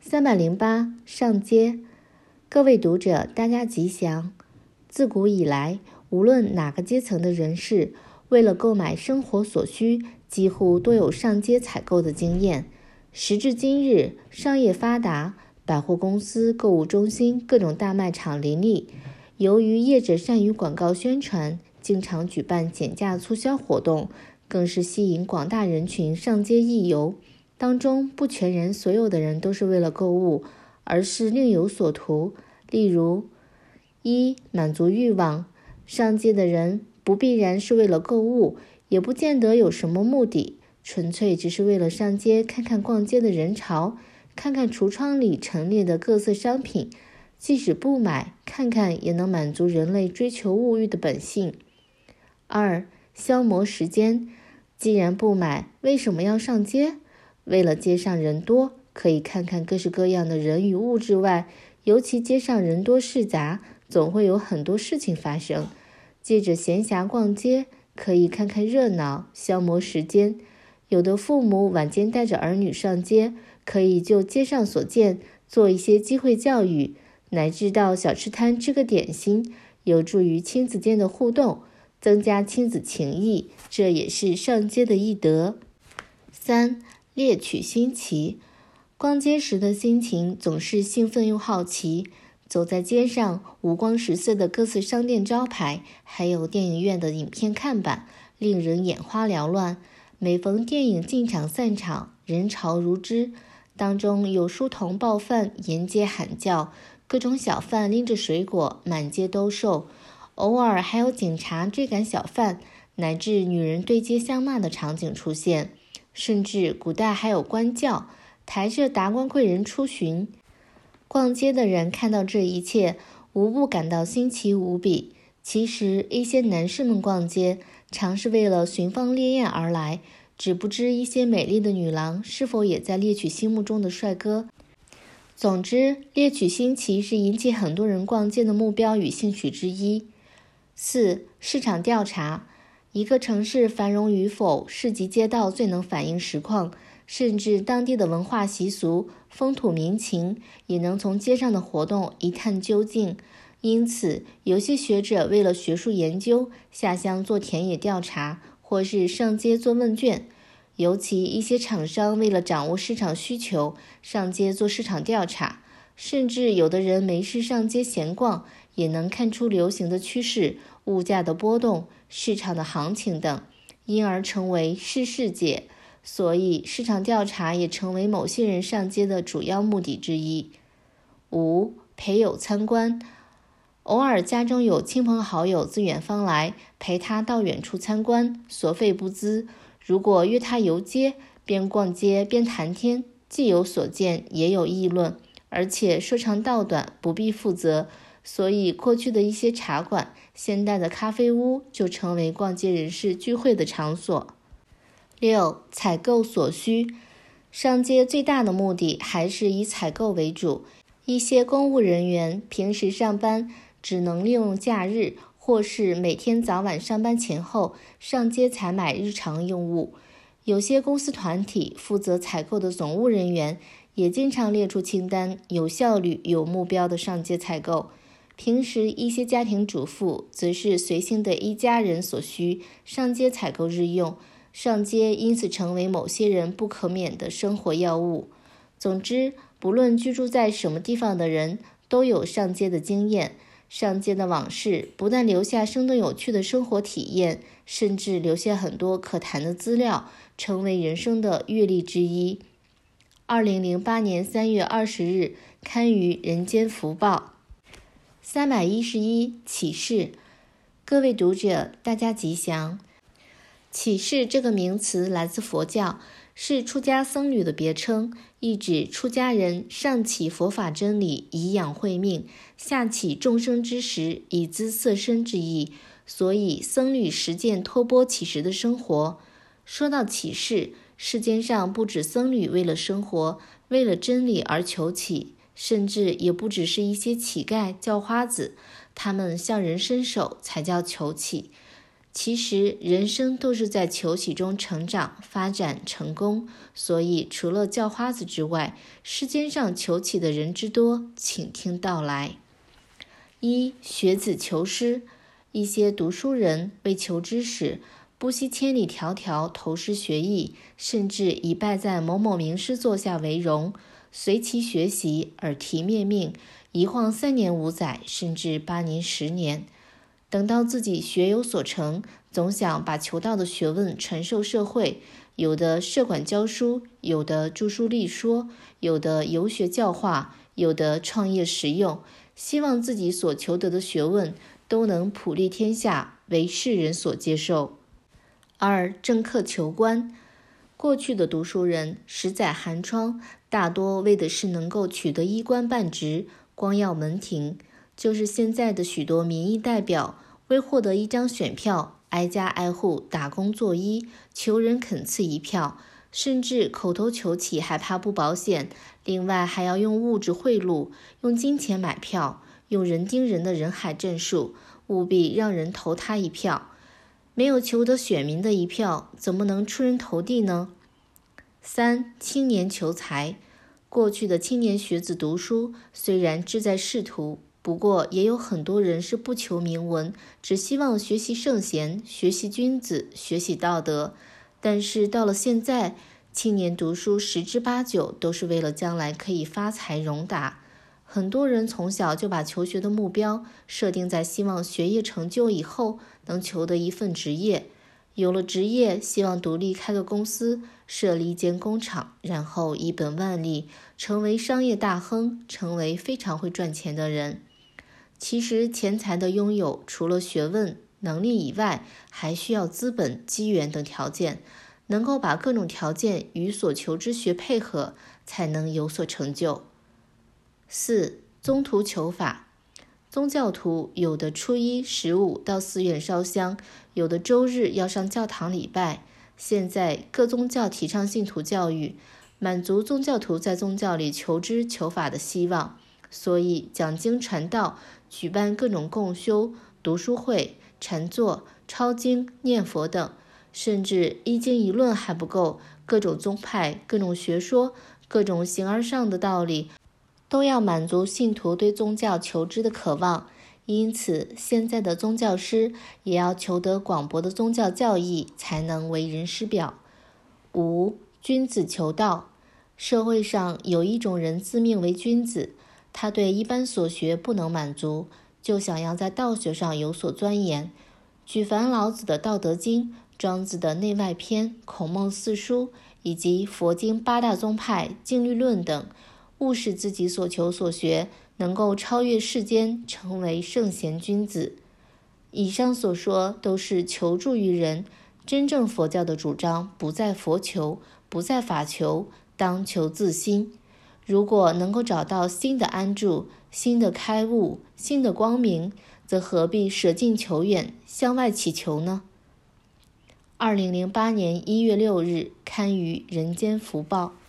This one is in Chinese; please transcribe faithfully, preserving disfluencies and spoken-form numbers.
三百零八上街。各位读者，大家吉祥。自古以来，无论哪个阶层的人士，为了购买生活所需，几乎都有上街采购的经验。时至今日，商业发达，百货公司、购物中心、各种大卖场林立。由于业者善于广告宣传，经常举办减价促销活动，更是吸引广大人群上街溢游。当中不全然所有的人都是为了购物，而是另有所图。例如，一、满足欲望。上街的人不必然是为了购物，也不见得有什么目的，纯粹只是为了上街看看逛街的人潮，看看橱窗里陈列的各色商品，即使不买，看看也能满足人类追求物欲的本性。二、消磨时间。既然不买，为什么要上街？为了街上人多，可以看看各式各样的人与物之外，尤其街上人多势杂，总会有很多事情发生。借着闲暇逛街，可以看看热闹，消磨时间。有的父母晚间带着儿女上街，可以就街上所见做一些机会教育，乃至到小吃摊吃个点心，有助于亲子间的互动，增加亲子情谊，这也是上街的一德。三、猎取新奇。逛街时的心情总是兴奋又好奇，走在街上，五光十色的各色商店招牌，还有电影院的影片看板，令人眼花缭乱。每逢电影进场散场，人潮如织，当中有书童报饭沿街喊叫，各种小贩拎着水果满街兜售，偶尔还有警察追赶小贩，乃至女人对街相骂的场景出现。甚至古代还有官轿抬着达官贵人出巡。逛街的人看到这一切，无不感到新奇无比。其实一些男士们逛街常是为了寻芳猎艳而来，只不知一些美丽的女郎是否也在猎取心目中的帅哥。总之，猎取新奇是引起很多人逛街的目标与兴趣之一。四、市场调查。一个城市繁荣与否，市集街道最能反映实况，甚至当地的文化习俗、风土民情，也能从街上的活动一探究竟。因此，有些学者为了学术研究，下乡做田野调查，或是上街做问卷。尤其一些厂商为了掌握市场需求，上街做市场调查。甚至有的人没事上街闲逛，也能看出流行的趋势、物价的波动、市场的行情等，因而成为世事解。所以市场调查也成为某些人上街的主要目的之一。五、陪友参观。偶尔家中有亲朋好友自远方来，陪他到远处参观，所费不赀。如果约他游街，边逛街边谈天，既有所见，也有议论，而且说长道短，不必负责。所以过去的一些茶馆、现代的咖啡屋就成为逛街人士聚会的场所。六、采购所需。上街最大的目的还是以采购为主。一些公务人员平时上班只能利用假日，或是每天早晚上班前后上街采买日常用物。有些公司团体负责采购的总务人员也经常列出清单，有效率、有目标的上街采购。平时一些家庭主妇则是随行的一家人所需，上街采购日用。上街因此成为某些人不可免的生活要务。总之，不论居住在什么地方的人，都有上街的经验。上街的往事不但留下生动有趣的生活体验，甚至留下很多可谈的资料，成为人生的阅历之一。二零零八年三月二十日刊于《人间福报》。三百一十一启示。各位读者，大家吉祥。启示这个名词来自佛教，是出家僧侣的别称，意指出家人上启佛法真理以养慧命，下启众生之实以资色身之意，所以僧侣实践托钵乞食的生活。说到启示，世间上不止僧侣为了生活，为了真理而求乞，甚至也不只是一些乞丐叫花子，他们向人伸手才叫求乞。 其实人生都是在求喜中成长、发展、成功，所以除了叫花子之外，世间上求乞的人之多，请听道来。一、学子求师。一些读书人为求知识，不惜千里迢迢投师学艺，甚至以拜在某某名师座下为荣，随其学习，耳提面命，一晃三年五载，甚至八年十年。等到自己学有所成，总想把求到的学问传授社会，有的设馆教书，有的著书立说，有的游学教化，有的创业实用，希望自己所求得的学问都能普利天下，为世人所接受。二、政客求官。过去的读书人十载寒窗，大多为的是能够取得衣冠半职，光耀门庭。就是现在的许多民意代表，为获得一张选票，挨家挨户打工作揖，求人肯赐一票，甚至口头求乞还怕不保险，另外还要用物质贿赂，用金钱买票，用人盯人的人海战术，务必让人投他一票。没有求得选民的一票，怎么能出人头地呢？三、青年求才。过去的青年学子读书，虽然志在仕途，不过也有很多人是不求名闻，只希望学习圣贤，学习君子，学习道德。但是到了现在，青年读书十之八九都是为了将来可以发财荣达。很多人从小就把求学的目标设定在希望学业成就以后能求得一份职业，有了职业，希望独立开个公司，设立一间工厂，然后一本万利，成为商业大亨，成为非常会赚钱的人。其实钱财的拥有，除了学问能力以外，还需要资本、机缘等条件，能够把各种条件与所求之学配合，才能有所成就。四、宗徒求法。宗教徒有的初一、十五到寺院烧香，有的周日要上教堂礼拜。现在各宗教提倡信徒教育，满足宗教徒在宗教里求知求法的希望，所以讲经传道，举办各种共修、读书会、禅坐、抄经、念佛等，甚至一经一论还不够，各种宗派、各种学说、各种形而上的道理，都要满足信徒对宗教求知的渴望。因此现在的宗教师也要求得广博的宗教教义，才能为人师表。五、君子求道。社会上有一种人自命为君子，他对一般所学不能满足，就想要在道学上有所钻研，举凡老子的《道德经》、庄子的《内外篇》、孔孟四书以及佛经八大宗派、静虑论等，务使自己所求所学能够超越世间，成为圣贤君子。以上所说都是求助于人，真正佛教的主张不在佛求，不在法求，当求自心。如果能够找到新的安住、新的开悟、新的光明，则何必舍近求远，向外祈求呢？二零零八年一月六日，刊于《人间福报》。